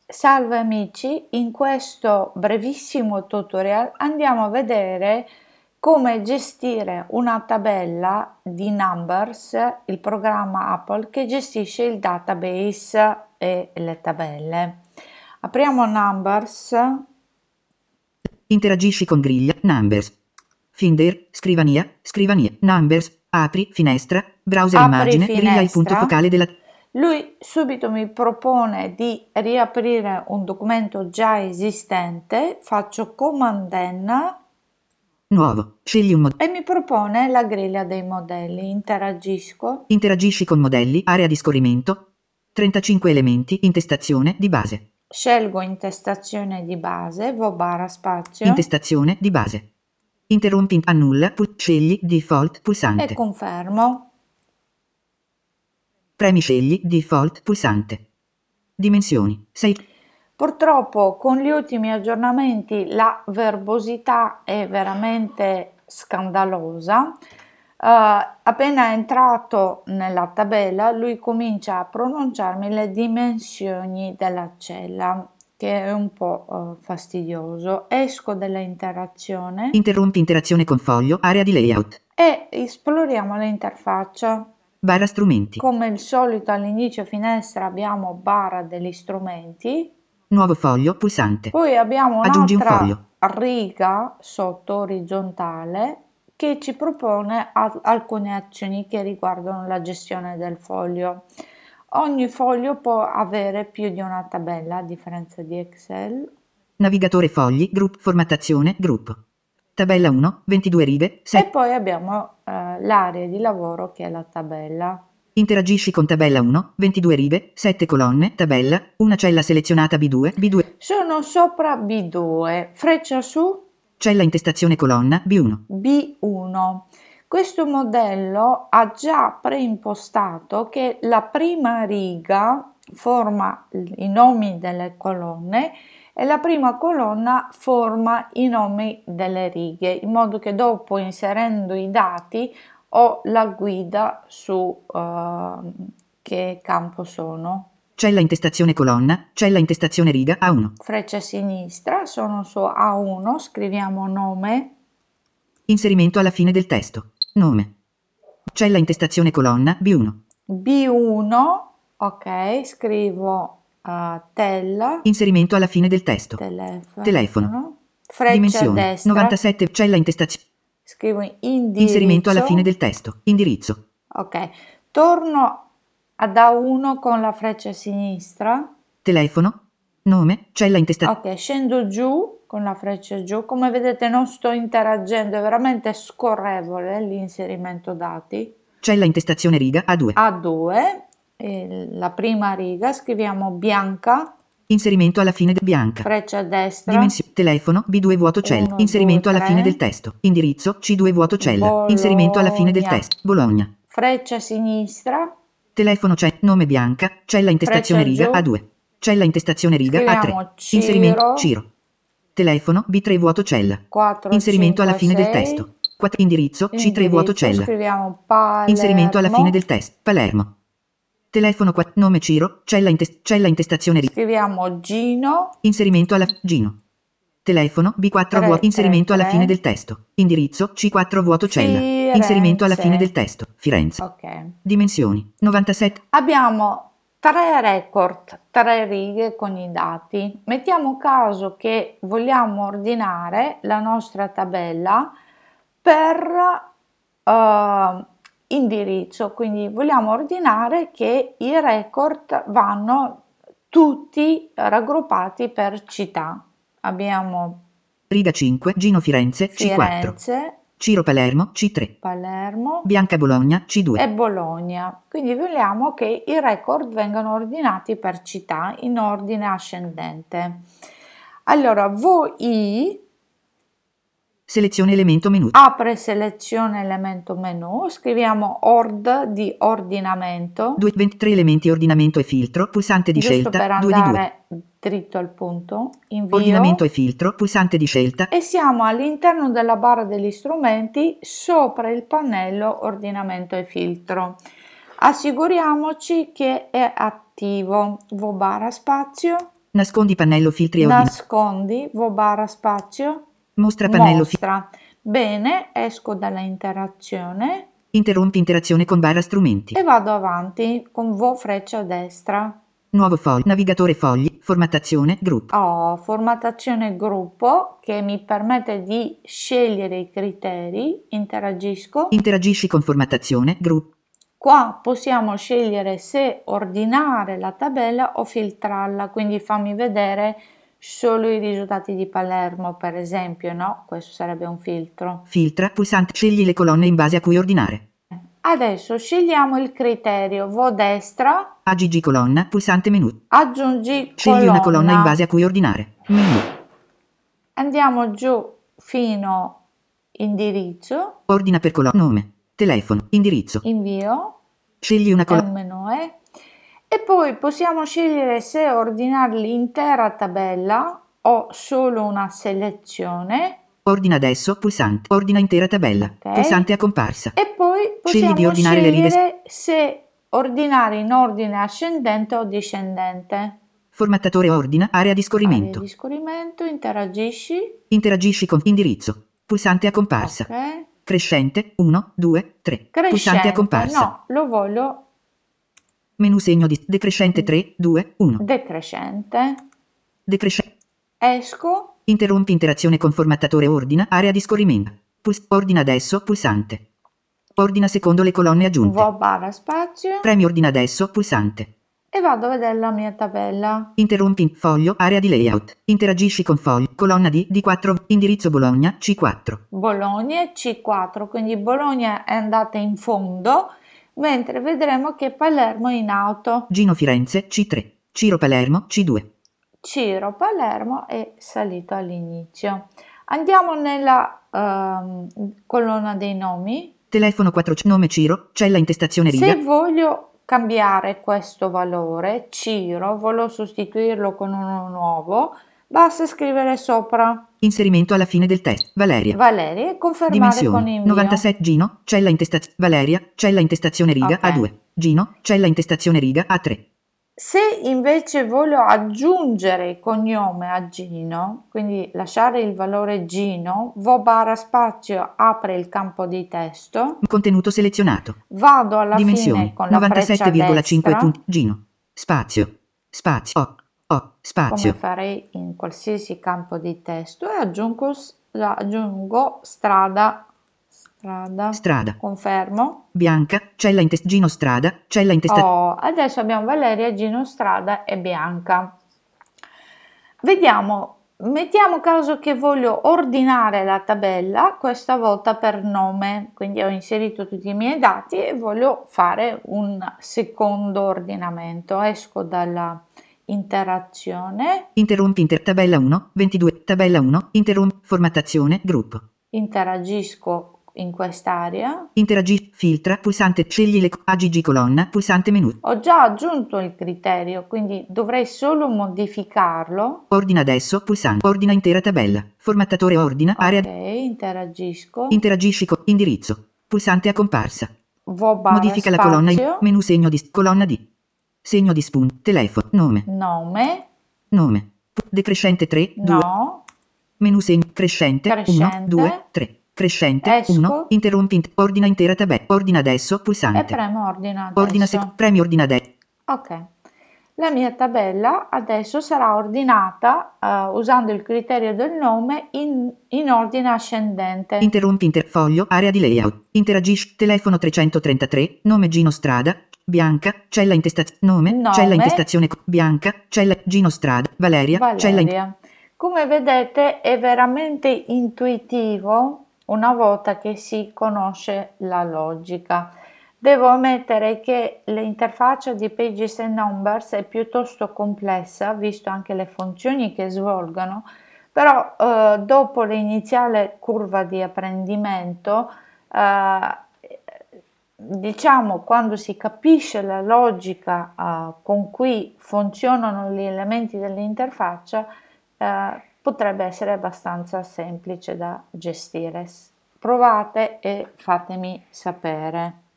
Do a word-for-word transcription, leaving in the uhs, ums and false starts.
Salve amici, in questo brevissimo tutorial andiamo a vedere come gestire una tabella di Numbers, il programma Apple che gestisce il database e le tabelle. Apriamo Numbers. Interagisci con griglia, Numbers. Finder, scrivania, scrivania, Numbers, apri, finestra, browser Apri immagine, griglia il punto finestra. focale della... Lui subito mi propone di riaprire un documento già esistente, faccio Command N Nuovo, scegli un modello. e mi propone la griglia dei modelli. Interagisco. Interagisci con modelli, area di scorrimento, trentacinque elementi, intestazione di base. Scelgo intestazione di base, V barra spazio Intestazione di base. Interrompi, annulla, pul- scegli default pulsante. e confermo. Premi scegli default pulsante. Dimensioni, sei. Purtroppo con gli ultimi aggiornamenti la verbosità è veramente scandalosa. Uh, appena entrato nella tabella lui comincia a pronunciarmi le dimensioni della cella, che è un po' uh, fastidioso. Esco dall'interazione Interrompi interazione con foglio, area di layout. e esploriamo l'interfaccia. Barra strumenti. Come il solito all'inizio finestra abbiamo barra degli strumenti. Nuovo foglio, pulsante. Poi abbiamo Aggiungi un un'altra foglio. riga sotto orizzontale che ci propone al- alcune azioni che riguardano la gestione del foglio. Ogni foglio può avere più di una tabella, a differenza di Excel. Navigatore fogli, group, formattazione, gruppo. Tabella uno, ventidue righe, E sette. poi abbiamo eh, l'area di lavoro che è la tabella. Interagisci con tabella uno, ventidue righe, sette colonne, tabella, una cella selezionata B due, B due. Sono sopra B due, freccia su Cella intestazione colonna, B uno. B uno. Questo modello ha già preimpostato che la prima riga forma i nomi delle colonne e la prima colonna forma i nomi delle righe, in modo che dopo, inserendo i dati, ho la guida su uh, che campo sono. Cella intestazione colonna, cella intestazione riga A uno. Freccia a sinistra, sono su A uno, scriviamo nome. Inserimento alla fine del testo. Nome. Cella intestazione colonna B uno. B uno, ok, scrivo uh, tel. Inserimento alla fine del testo. Telefono. Telefono. Freccia Dimensioni. a destra. novantasette. Cella intestazione. Scrivo indirizzo. Inserimento alla fine del testo. Indirizzo. Ok. Torno ad A uno con la freccia a sinistra. Telefono. Nome. Cella intestazione. Ok, scendo giù con la freccia giù. Come vedete non sto interagendo, è veramente scorrevole l'inserimento dati. Cella intestazione riga A due. A due. E la prima riga scriviamo bianca. Inserimento alla fine del bianca. Freccia a destra. Dimensione. Telefono B due vuoto cella. uno, Inserimento due, alla fine tre. del testo. Indirizzo C due vuoto cella. Bologna. Inserimento alla fine del testo. Bologna. Freccia a sinistra. Telefono c'è. Nome bianca. Cella intestazione Freccia riga giù. A due. Cella intestazione riga A tre. Scriviamo Ciro. Inserimento Ciro. Telefono B tre vuoto cella. quattro, Inserimento alla cinque, fine del sei. testo. quattro. Indirizzo C tre vuoto Indirizzo, cella. scriviamo Palermo. Inserimento alla fine del testo. Palermo. Telefono quattro. Nome Ciro. Cella, intes- cella intestazione riga. Scriviamo Gino. Inserimento alla Gino. Telefono B quattro tre, vuoto. Inserimento tre, alla tre. fine del testo. Indirizzo C quattro vuoto cella. Firenze. Inserimento alla fine del testo. Firenze. Ok. Dimensioni. novantasette. Abbiamo tre record, tre righe con i dati. Mettiamo caso che vogliamo ordinare la nostra tabella per uh, indirizzo, quindi vogliamo ordinare che i record vanno tutti raggruppati per città. Abbiamo Riga cinque. Gino Firenze C quattro. Firenze, Ciro Palermo C tre. Palermo Bianca Bologna C due. e Bologna. Quindi vogliamo che i record vengano ordinati per città in ordine ascendente. Allora, V I Selezione elemento menu. apre selezione elemento menu, scriviamo ord di ordinamento, due, ventitré elementi ordinamento e filtro, pulsante di giusto per scelta, due di due. andare dritto al punto, invio, Ordinamento e filtro, pulsante di scelta. e siamo all'interno della barra degli strumenti sopra il pannello ordinamento e filtro. Assicuriamoci che è attivo. V barra spazio. Nascondi pannello filtri e ordina. Nascondi, V barra spazio, Mostra pannello filtri. mostra. Bene, esco dalla interazione Interrompi interazione con barra strumenti. e vado avanti con V freccia a destra. Nuovo foglio, navigatore fogli, formattazione, gruppo. Ho formattazione gruppo che mi permette di scegliere i criteri, interagisco. Interagisci con formattazione, gruppo. Qua possiamo scegliere se ordinare la tabella o filtrarla, quindi fammi vedere solo i risultati di Palermo, per esempio, no? Questo sarebbe un filtro. Filtra, pulsante, scegli le colonne in base a cui ordinare. Adesso scegliamo il criterio V destra, Agg colonna, pulsante menu. aggiungi Scegli colonna. una colonna in base a cui ordinare. Menu. Andiamo giù fino indirizzo, Ordina per colonna, nome, telefono, indirizzo. invio, Scegli una è un colonna. menu, eh? E poi possiamo scegliere se ordinare l'intera tabella o solo una selezione. Ordina adesso, pulsante. Ordina intera tabella. Ok. Pulsante a comparsa. E poi Scegli possiamo di ordinare le righe. scegliere se ordinare in ordine ascendente o discendente. Formattatore ordina, area di Area scorrimento. di scorrimento, interagisci. Interagisci con indirizzo. Pulsante a comparsa. Ok. Crescente, uno, due, tre. Pulsante a Crescente, comparsa. no, lo voglio Menu segno di decrescente tre, due, uno. decrescente. Decrescente. Esco. Interrompi interazione con formattatore ordina, area di scorrimento. Puls- ordina adesso, pulsante. Ordina secondo le colonne aggiunte. V barra spazio Premi ordina adesso, pulsante. e vado a vedere la mia tabella. Interrompi in foglio, area di layout. Interagisci con foglio, colonna di D quattro, indirizzo Bologna, C quattro. Bologna C quattro, quindi Bologna è andata in fondo, mentre vedremo che Palermo è in alto. Gino Firenze, C tre. Ciro Palermo, C due. Ciro Palermo è salito all'inizio. Andiamo nella ehm, colonna dei nomi. Telefono quattro, nome Ciro, cella intestazione riga. Se voglio cambiare questo valore, Ciro, voglio sostituirlo con uno nuovo, basta scrivere sopra Inserimento alla fine del testo. Valeria. Valeria e confermare Dimensioni. con invio. novantasette Gino, cella intestazione. Valeria, cella intestazione riga Ok. A due. Gino, cella intestazione riga A tre. Se invece voglio aggiungere il cognome a Gino, quindi lasciare il valore Gino, V barra spazio apre il campo di testo, Contenuto selezionato. vado alla Dimensioni. fine con la freccia novantasette virgola cinque destra, punti. Gino. Spazio. Spazio. O. O. come Spazio. farei in qualsiasi campo di testo, e aggiungo, aggiungo strada, strada, Strada. confermo. Bianca, cella intest. Gino Strada, cella intestazione. Oh, adesso abbiamo Valeria, Gino Strada e Bianca. Vediamo, mettiamo caso che voglio ordinare la tabella, questa volta per nome, quindi ho inserito tutti i miei dati e voglio fare un secondo ordinamento. Esco dalla interazione, Interrompi inter. Tabella uno, ventidue. Tabella uno, interrompi. Formattazione, gruppo. interagisco in quest'area. Interagisci, filtra, pulsante, scegli le agg colonna, pulsante menu. Ho già aggiunto il criterio, quindi dovrei solo modificarlo. Ordina adesso, pulsante, ordina intera tabella. Formattatore ordina, area. Ok, interagisco. Interagisci con indirizzo. Pulsante a comparsa. V barra Modifica la colonna in spazio, menu segno di colonna di. Segno di spunto, telefono, nome, nome, nome. Decrescente tre, due. no, Menu segno crescente, uno, crescente. due, tre. Crescente, Esco. uno, interrompi, int- ordina intera tabella, ordina adesso, e pulsante. premo ordina adesso. Ordina sec- premi ordina adesso. Ok, la mia tabella adesso sarà ordinata eh, usando il criterio del nome in, in ordine ascendente. Interrompi inter foglio, area di layout. Interagisci, telefono trecentotrentatré, nome Gino Strada, Bianca, cella intestazione, nome, Nome. cella intestazione, co- Bianca, cella, Gino Strada, Valeria, cella in- Valeria. Come vedete è veramente intuitivo una volta che si conosce la logica. Devo ammettere che l'interfaccia di Pages and Numbers è piuttosto complessa, visto anche le funzioni che svolgono, però eh, dopo l'iniziale curva di apprendimento, eh, diciamo quando si capisce la logica eh, con cui funzionano gli elementi dell'interfaccia, eh, potrebbe essere abbastanza semplice da gestire. Provate e fatemi sapere.